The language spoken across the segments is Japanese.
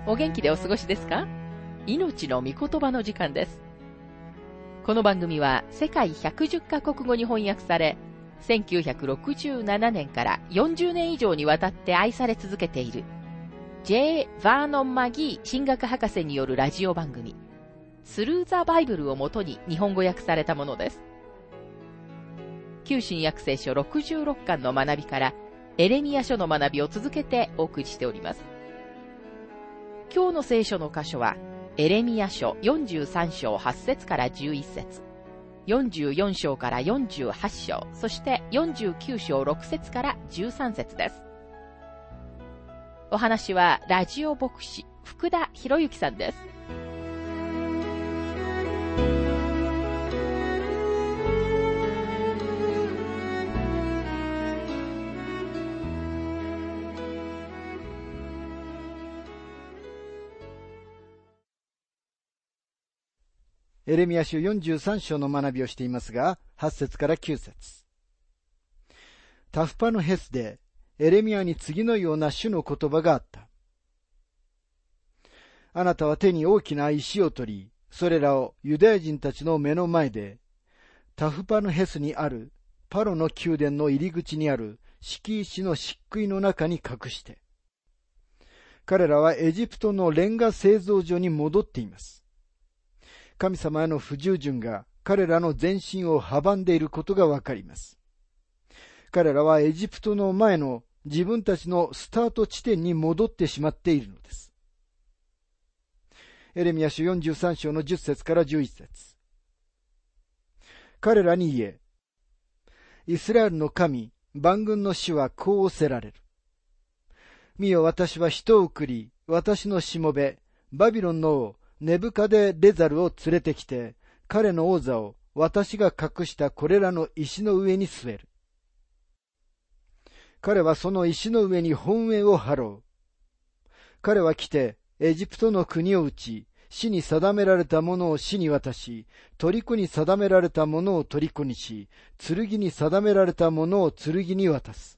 お元気でお過ごしですか？命の御言葉の時間です。この番組は世界110カ国語に翻訳され、1967年から40年以上にわたって愛され続けている J. バーノン・マギー神学博士によるラジオ番組スルー・ザ・バイブルをもとに日本語訳されたものです。旧新約聖書66巻の学びからエレミヤ書の学びを続けてお送りしております。今日の聖書の箇所はエレミヤ書43章8節から11節、44章から48章、そして49章6節から13節です。お話はラジオ牧師福田博之さんです。 エレミヤ書43章の学びをしていますが、8節から9節。タフパのヘスでエレミヤに次のような主の言葉があった。あなたは手に大きな石を取り、それらをユダヤ人たちの目の前で、タフパのヘスにあるパロの宮殿の入り口にある敷石の漆喰の中に隠して。彼らはエジプトのレンガ製造所に戻っています。神様への不従順が彼らの前進を阻んでいることがわかります。彼らはエジプトの前の自分たちのスタート地点に戻ってしまっているのです。エレミヤ書43章の10節から11節。彼らに言え、イスラエルの神、万軍の主はこう仰せられる。見よ、私は人を送り、私のしもべ、バビロンの王、ネブカデレザルを連れてきて、彼の王座を私が隠したこれらの石の上に据える。彼はその石の上に本営を張ろう。彼は来て、エジプトの国を打ち、死に定められたものを死に渡し、虜に定められたものを虜にし、剣に定められたものを剣に渡す。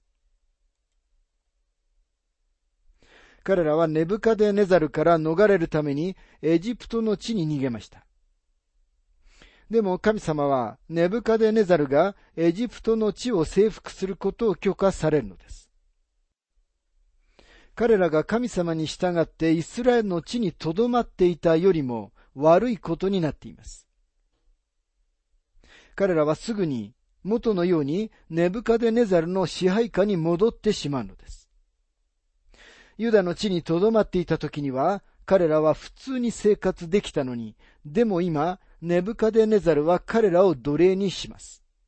彼らはネブカデネザルから逃れるためにエジプトの地に逃げました。でも神様はネブカデネザルがエジプトの地を征服することを許可されるのです。彼らが神様に従ってイスラエルの地に留まっていたよりも悪いことになっています。彼らはすぐに元のようにネブカデネザルの支配下に戻ってしまうのです。ユダの地に留まっていた時には、彼らは普通に生活できたのに、でも今、ネブカデネザルは彼らを奴隷にします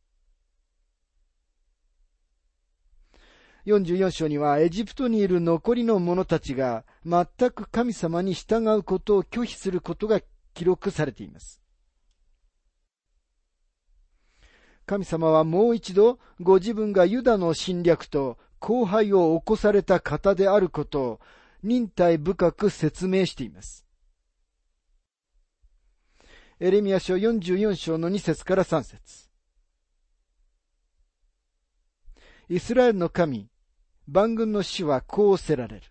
。44章には、エジプトにいる残りの者たちが、全く神様に従うことを拒否することが記録されています。神様はもう一度、ご自分がユダの侵略と、荒廃を起こされた方であることを忍耐深く説明しています。エレミヤ書44章の2節から3節。イスラエルの神、万軍の主はこう仰せられる。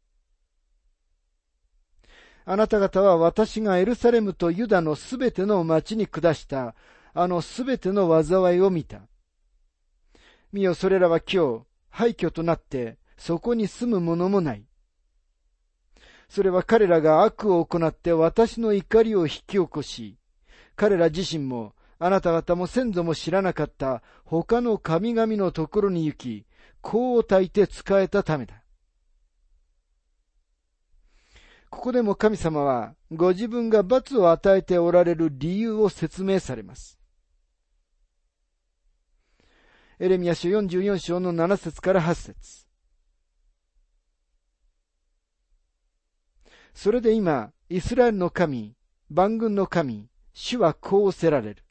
あなた方は私がエルサレムとユダのすべての町に下したあのすべての災いを見た。見よ、それらは今日、廃墟となってそこに住む者もない。それは彼らが悪を行って私の怒りを引き起こし、彼ら自身もあなた方も先祖も知らなかった他の神々のところに行き、香を焚いて仕えたためだ。ここでも神様はご自分が罰を与えておられる理由を説明されます。エレミヤ書44章の7節から8節。それで今、イスラエルの神、万軍の神、主はこう仰せられる。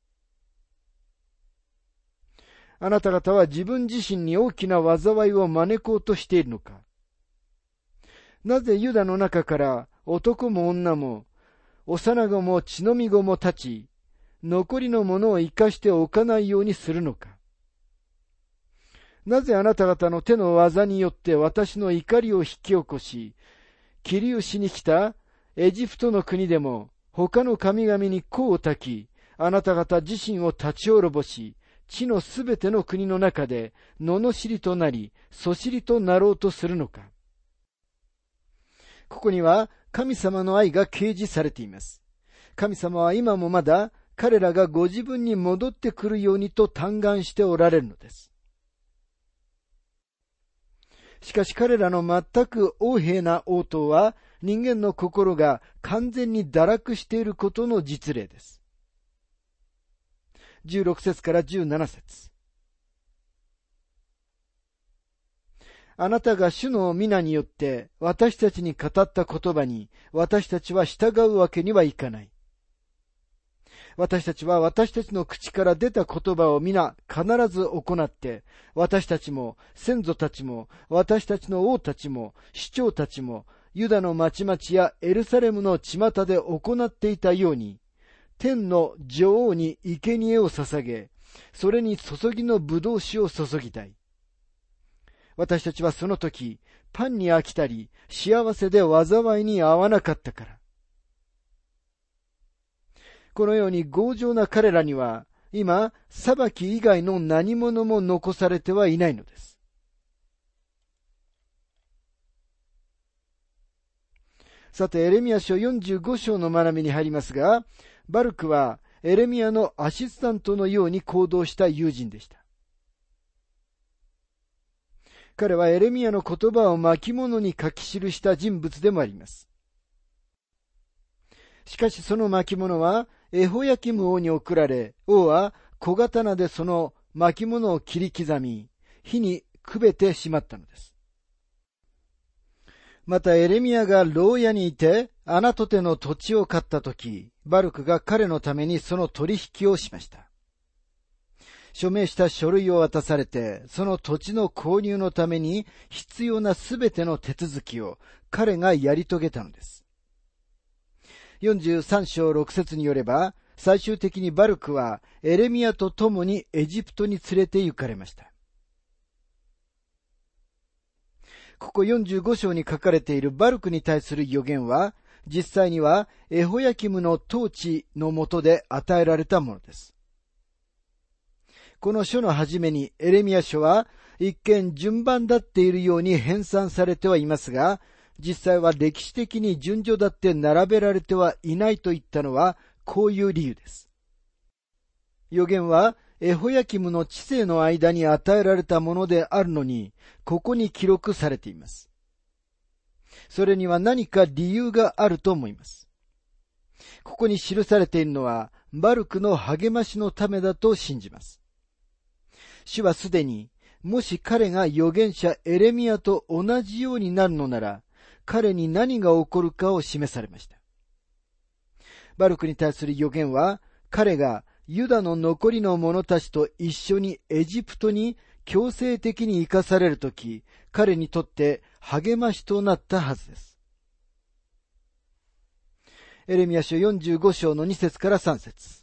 あなた方は自分自身に大きな災いを招こうとしているのか。なぜユダの中から男も女も、幼子も血のみ子も立ち、残りのものを生かしておかないようにするのか。なぜあなた方の手の技によって私の怒りを引き起こし、 切りしに来たエジプトの国でも他の神々に香を焚き、あなた方自身を立ち滅ぼし、地のすべての国の中で罵りとなり、そしりとなろうとするのか。ここには神様の愛が掲示されています。神様は今もまだ彼らがご自分に戻ってくるようにと嘆願しておられるのです。しかし彼らの全く横柄な応答は人間の心が完全に堕落していることの実例です。16節から17節。あなたが主の皆によって私たちに語った言葉に私たちは従うわけにはいかない。私たちは私たちの口から出た言葉を皆必ず行って、私たちも先祖たちも私たちの王たちも首長たちもユダの町々やエルサレムの巷で行っていたように、天の女王に生贄を捧げ、それに注ぎの葡萄酒を注ぎたい。私たちはその時、パンに飽きたり、幸せで災いに合わなかったから。このように強情な彼らには、今、裁き以外の何者も残されてはいないのです。さて、エレミヤ書45章の学びに入りますが、バルクはエレミヤのアシスタントのように行動した友人でした。彼はエレミヤの言葉を巻物に書き記した人物でもあります。しかしその巻物はエホヤキム王に送られ、王は小刀でその巻物を切り刻み、火にくべてしまったのです。またエレミヤが牢屋にいてアナトテの土地を買ったとき、バルクが彼のためにその取引をしました。署名した書類を渡されて、その土地の購入のために必要なすべての手続きを彼がやり遂げたのです。43章6節によれば、最終的にバルクはエレミヤと共にエジプトに連れて行かれました。ここ45章に書かれているバルクに対する予言は、実際にはエホヤキムの統治の下で与えられたものです。この書の初めにエレミヤ書は一見順番立っているように編纂されてはいますが、実際は歴史的に順序立って並べられてはいないと言ったのはこういう理由です。予言はエホヤキムの治世の間に与えられたものであるのに、ここに記録されています。それには何か理由があると思います。ここに記されているのはバルクの励ましのためだと信じます。主はすでに、もし彼が預言者エレミヤと同じようになるのなら、彼に何が起こるかを示されました。バルクに対する預言は、彼がユダの残りの者たちと一緒にエジプトに強制的に生かされるとき、彼にとって励ましとなったはずです。エレミヤ書45章の2節から3節。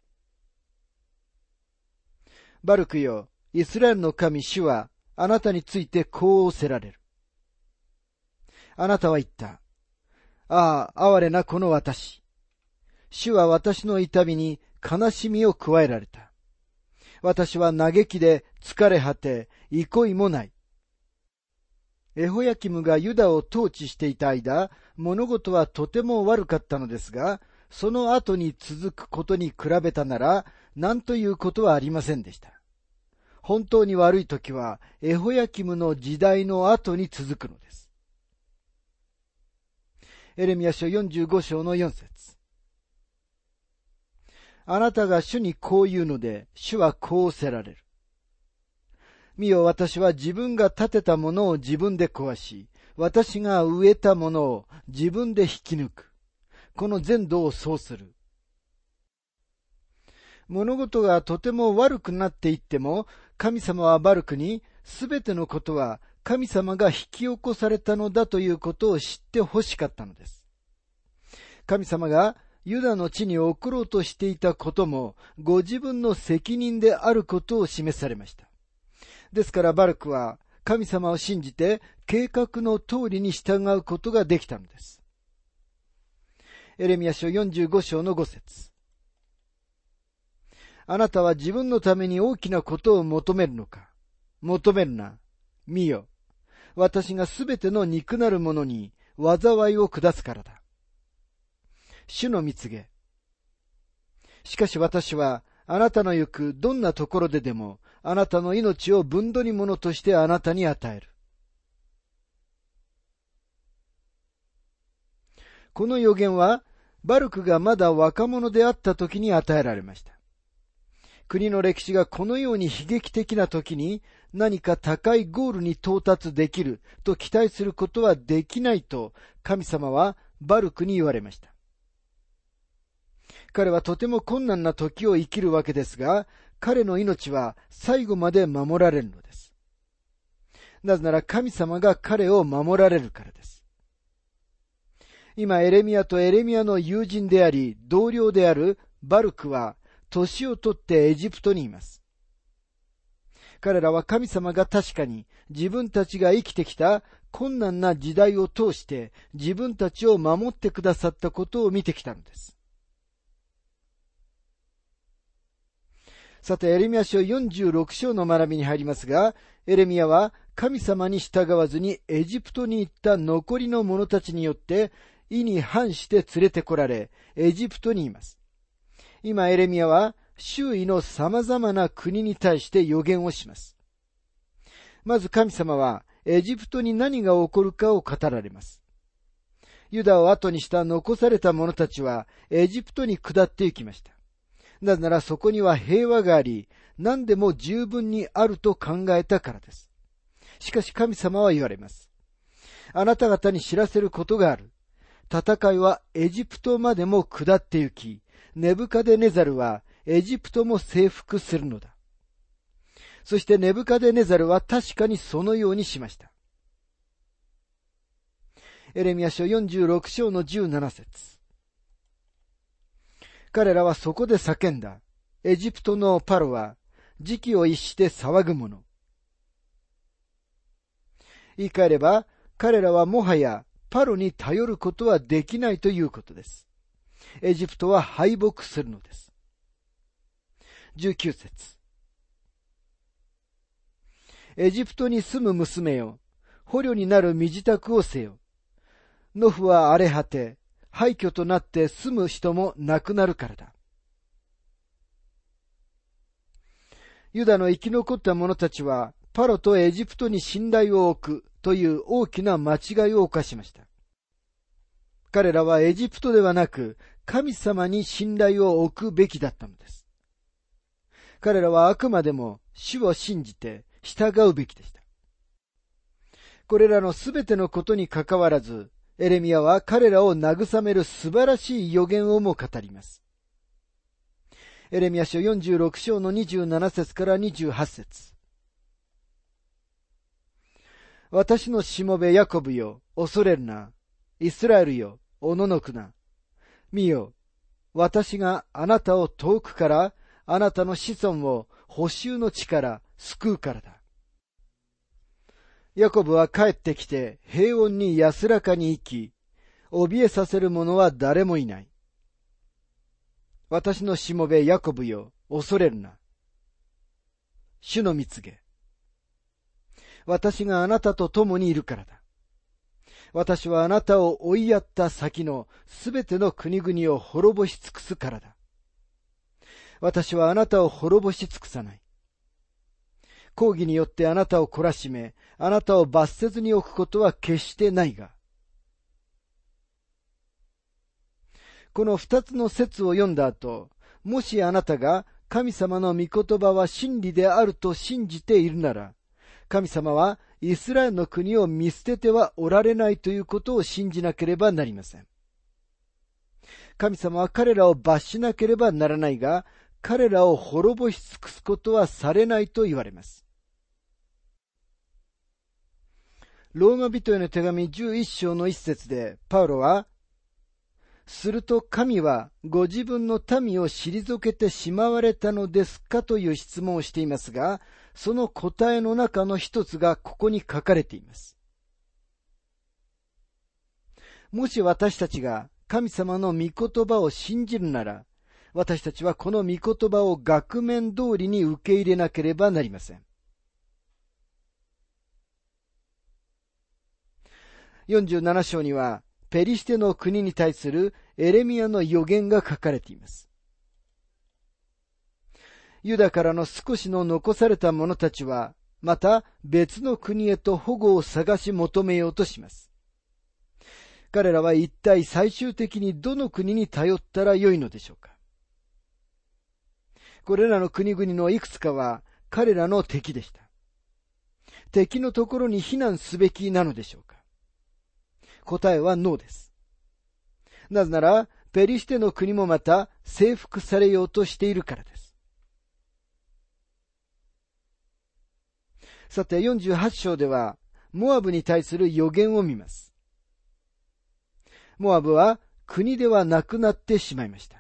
バルクよ、イスラエルの神主はあなたについてこう仰せられる。あなたは言った。ああ、哀れなこの私。主は私の痛みに悲しみを加えられた。私は嘆きで疲れ果て、憩いもない。エホヤキムがユダを統治していた間、物事はとても悪かったのですが、その後に続くことに比べたなら、何ということはありませんでした。本当に悪い時は、エホヤキムの時代の後に続くのです。エレミヤ書45章の4節。あなたが主にこう言うので、主はこう仰せられる。見よ、私は自分が建てたものを自分で壊し、私が植えたものを自分で引き抜く。この全土をそうする。物事がとても悪くなっていっても、神様はバルクに、すべてのことは神様が引き起こされたのだということを知ってほしかったのです。神様がユダの地に送ろうとしていたことも、ご自分の責任であることを示されました。ですからバルクは、 神様を信じて計画の通りに従うことができたのです。エレミヤ書45章の5節。あなたは自分のために大きなことを求めるのか。求めるな。見よ。私がすべての肉なるものに災いを下すからだ。主の蜜げ。しかし私はあなたの行くどんなところででもあなたの命を分取り物としてあなたに与える。この予言はバルクがまだ若者であった時に与えられました。国の歴史がこのように悲劇的な時に何か高いゴールに到達できると期待することはできないと神様はバルクに言われました。彼はとても困難な時を生きるわけですが、彼の命は最後まで守られるのです。なぜなら神様が彼を守られるからです。今エレミヤとエレミヤの友人であり同僚であるバルクは年を取ってエジプトにいます。彼らは神様が確かに自分たちが生きてきた困難な時代を通して自分たちを守ってくださったことを見てきたのです。さて、エレミヤ書46章の学びに入りますが、エレミヤは神様に従わずにエジプトに行った残りの者たちによって意に反して連れてこられ、エジプトにいます。今エレミヤは周囲の様々な国に対して予言をします。まず神様はエジプトに何が起こるかを語られます。ユダを後にした残された者たちはエジプトに下って行きました。なぜならそこには平和があり、何でも十分にあると考えたからです。しかし神様は言われます。あなた方に知らせることがある。戦いはエジプトまでも下って行き、ネブカデネザルはエジプトも征服するのだ。そしてネブカデネザルは確かにそのようにしました。エレミヤ書46章の17節。彼らはそこで叫んだ。エジプトのパロは時期を逸して騒ぐ者。言い換えれば、彼らはもはやパロに頼ることはできないということです。エジプトは敗北するのです。19節。エジプトに住む娘よ、捕虜になる身支度をせよ。ノフは荒れ果て、廃墟となって住む人もなくなるからだ。ユダの生き残った者たちは、パロとエジプトに信頼を置くという大きな間違いを犯しました。彼らはエジプトではなく、神様に信頼を置くべきだったのです。彼らはあくまでも主を信じて従うべきでした。これらのすべてのことにかかわらず、エレミヤは彼らを慰める素晴らしい予言をも語ります。エレミヤ書46章の27節から28節。私のしもべヤコブよ、恐れるな。イスラエルよ、おののくな。見よ、私があなたを遠くから、あなたの子孫を捕囚の地から救うからだ。ヤコブは帰ってきて平穏に安らかに生き、怯えさせる者は誰もいない。私のしもべヤコブよ、恐れるな。主の蜜げ。私があなたと共にいるからだ。私はあなたを追いやった先のすべての国々を滅ぼし尽くすからだ。私はあなたを滅ぼし尽くさない。公義によってあなたを懲らしめ、あなたを罰せずに置くことは決してないが。この二つの説を読んだ後、もしあなたが神様の御言葉は真理であると信じているなら、神様はイスラエルの国を見捨ててはおられないということを信じなければなりません。神様は彼らを罰しなければならないが、彼らを滅ぼし尽くすことはされないと言われます。ローマ人への手紙11章の一節で、パウロは、すると神はご自分の民を退けてしまわれたのですかという質問をしていますが、 その答えの中の一つがここに書かれています。もし私たちが神様の御言葉を信じるなら、私たちはこの御言葉を額面通りに受け入れなければなりません。47章には、ペリシテの国に対するエレミヤの予言が書かれています。ユダからの少しの残された者たちは、また別の国へと保護を探し求めようとします。彼らは一体最終的にどの国に頼ったらよいのでしょうか。これらの国々のいくつかは彼らの敵でした。敵のところに避難すべきなのでしょうか。答えはノーです。なぜなら、ペリシテの国もまた征服されようとしているからです。さて、48章では、モアブに対する予言を見ます。モアブは国ではなくなってしまいました。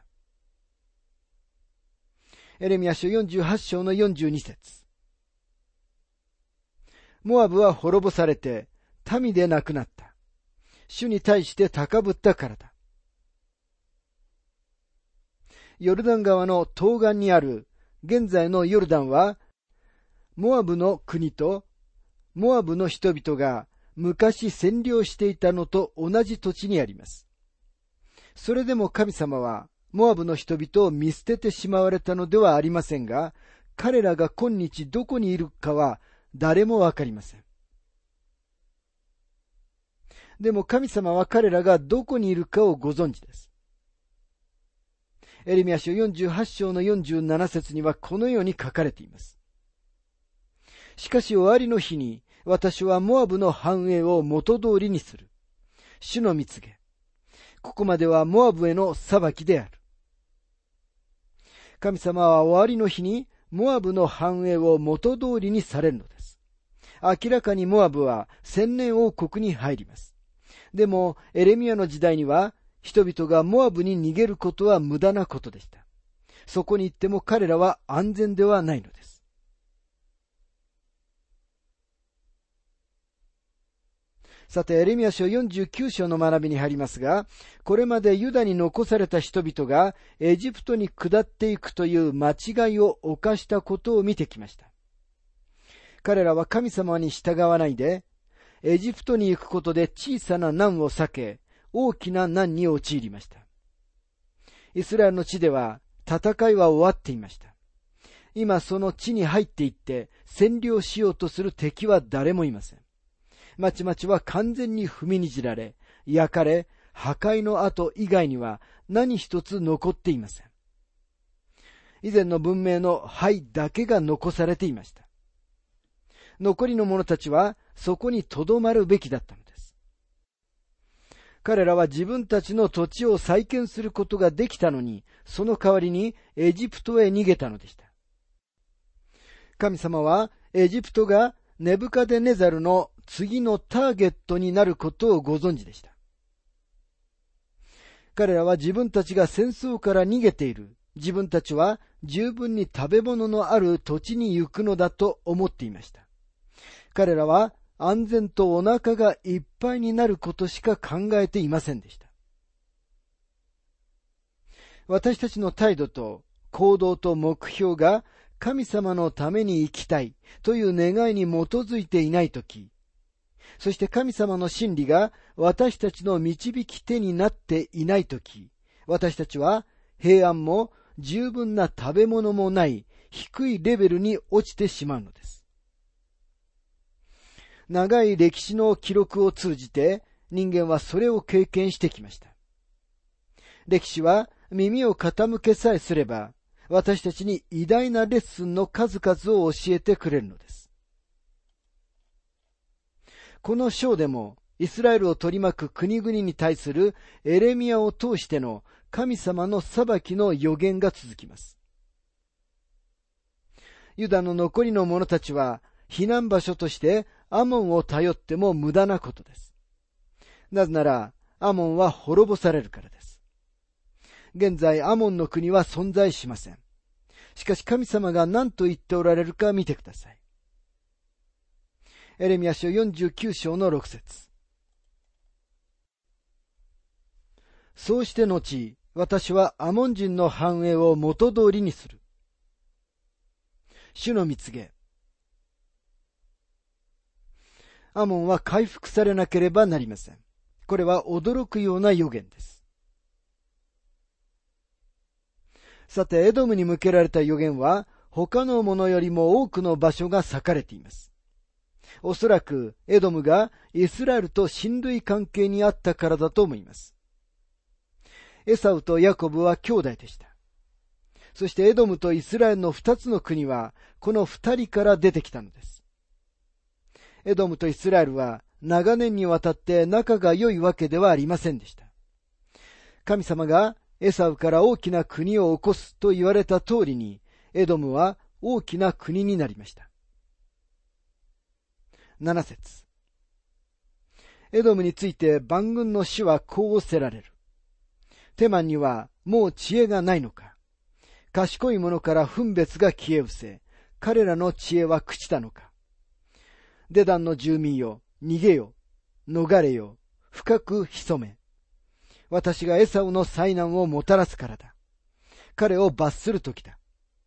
エレミヤ書48章の42節。モアブは滅ぼされて民でなくなった。主に対して高ぶったからだ。ヨルダン川の東岸にある現在のヨルダンは、モアブの国とモアブの人々が昔占領していたのと同じ土地にあります。それでも神様はモアブの人々を見捨ててしまわれたのではありませんが、彼らが今日どこにいるかは誰もわかりません。でも神様は彼らがどこにいるかをご存知です。エレミヤ書48章の47節にはこのように書かれています。しかし終わりの日に私はモアブの繁栄を元通りにする。主の蜜げ。ここまではモアブへの裁きである。神様は終わりの日にモアブの繁栄を元通りにされるのです。明らかにモアブは千年王国に入ります。でもエレミヤの時代には人々がモアブに逃げることは無駄なことでした。そこに行っても彼らは安全ではないのです。さて、エレミヤ書49章の学びに入りますが、これまでユダに残された人々がエジプトに下っていくという間違いを犯したことを見てきました。彼らは神様に従わないで、エジプトに行くことで小さな難を避け、大きな難に陥りました。イスラエルの地では戦いは終わっていました。今その地に入っていって占領しようとする敵は誰もいません。町々は完全に踏みにじられ、焼かれ、破壊の跡以外には何一つ残っていません。以前の文明の灰だけが残されていました。残りの者たちはそこに留まるべきだったのです。彼らは自分たちの土地を再建することができたのに、その代わりにエジプトへ逃げたのでした。神様はエジプトがネブカデネザルの次のターゲットになることをご存知でした。彼らは自分たちが戦争から逃げている、自分たちは十分に食べ物のある土地に行くのだと思っていました。彼らは安全とお腹がいっぱいになることしか考えていませんでした。私たちの態度と行動と目標が神様のために生きたいという願いに基づいていないとき、そして神様の真理が私たちの導き手になっていないとき、私たちは平安も十分な食べ物もない低いレベルに落ちてしまうのです。長い歴史の記録を通じて人間はそれを経験してきました。歴史は耳を傾けさえすれば私たちに偉大なレッスンの数々を教えてくれるのです。この章でもイスラエルを取り巻く国々に対するエレミヤを通しての神様の裁きの予言が続きます。ユダの残りの者たちは避難場所としてアモンを頼っても無駄なことです。なぜならアモンは滅ぼされるからです。現在アモンの国は存在しません。しかし神様が何と言っておられるか見てください。 エレミヤ書49章の6節。そうして後、私はアモン人の繁栄を元通りにする。主の蜜げ。アモンは回復されなければなりません。これは驚くような予言です。さて、エドムに向けられた予言は、他のものよりも多くの場所が割かれています。おそらく、エドムがイスラエルと親類関係にあったからだと思います。エサウとヤコブは兄弟でした。そしてエドムとイスラエルの二つの国は、この二人から出てきたのです。エドムとイスラエルは、長年にわたって仲が良いわけではありませんでした。神様がエサウから大きな国を起こすと言われた通りに、エドムは大きな国になりました。7節。エドムについて万軍の主はこうおせられる。テマンにはもう知恵がないのか。賢い者から分別が消え失せ、彼らの知恵は朽ちたのか。デダンの住民よ、逃げよ、逃れよ、深く潜め。私がエサウの災難をもたらすからだ。彼を罰するときだ。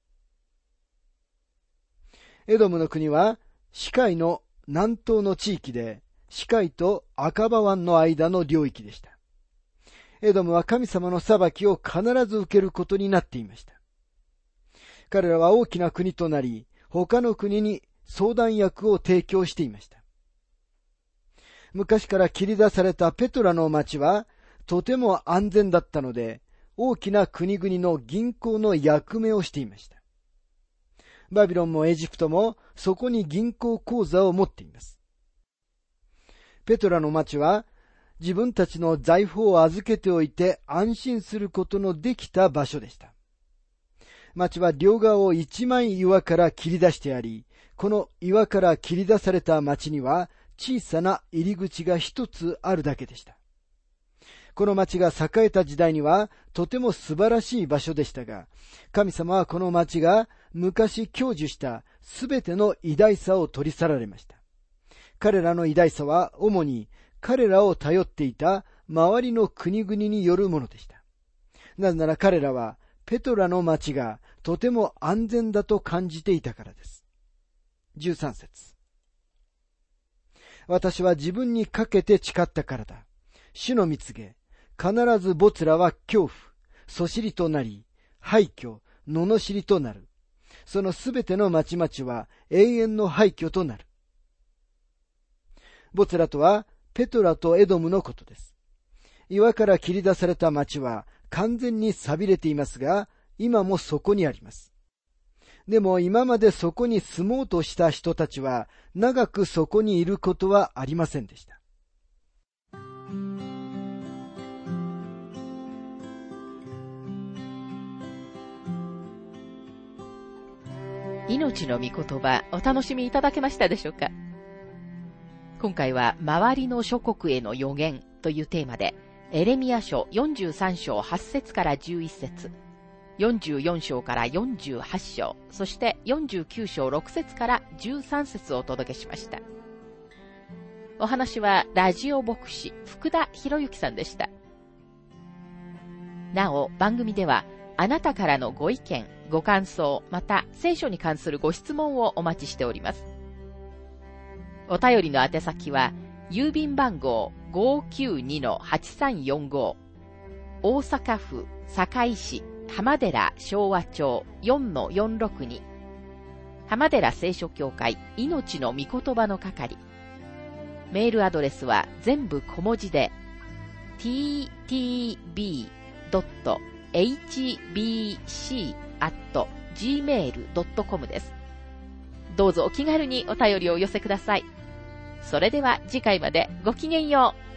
エドムの国は、シカイの南東の地域で、シカイと赤羽湾の間の領域でした。エドムは神様の裁きを必ず受けることになっていました。彼らは大きな国となり、他の国に相談役を提供していました。昔から切り出されたペトラの町は、とても安全だったので、大きな国々の銀行の役目をしていました。バビロンもエジプトもそこに銀行口座を持っています。ペトラの町は自分たちの財宝を預けておいて安心することのできた場所でした。町は両側を一枚岩から切り出してあり、この岩から切り出された町には小さな入り口が一つあるだけでした。この町が栄えた時代にはとても素晴らしい場所でしたが、神様はこの町が昔享受したすべての偉大さを取り去られました。彼らの偉大さは主に彼らを頼っていた周りの国々によるものでした。なぜなら彼らはペトラの町がとても安全だと感じていたからです。13節。私は自分にかけて誓ったからだ。主の蜜げ。必ず没らは恐怖、そしりとなり、廃墟、罵りとなる。そのすべての町々は永遠の廃墟となる。ボツラとはペトラとエドムのことです。岩から切り出された町は完全に錆びれていますが、今もそこにあります。でも今までそこに住もうとした人たちは長くそこにいることはありませんでした。 命の御言葉、お楽しみいただけましたでしょうか。今回は周りの諸国への予言というテーマで、エレミヤ書43章8節から11節、44章から48章、そして49章6節から13節をお届けしました。お話はラジオ牧師福田博之さんでした。なお、番組ではあなたからのご意見、ご感想、また聖書に関するご質問をお待ちしております。お便りの宛先は、郵便番号 592-8345、大阪府堺市浜寺昭和町 4-462、浜寺聖書協会命の御言葉の係。メールアドレスは全部小文字で ttb.hbc@gmail.com です。どうぞお気軽にお便りをお寄せください。それでは次回までごきげんよう。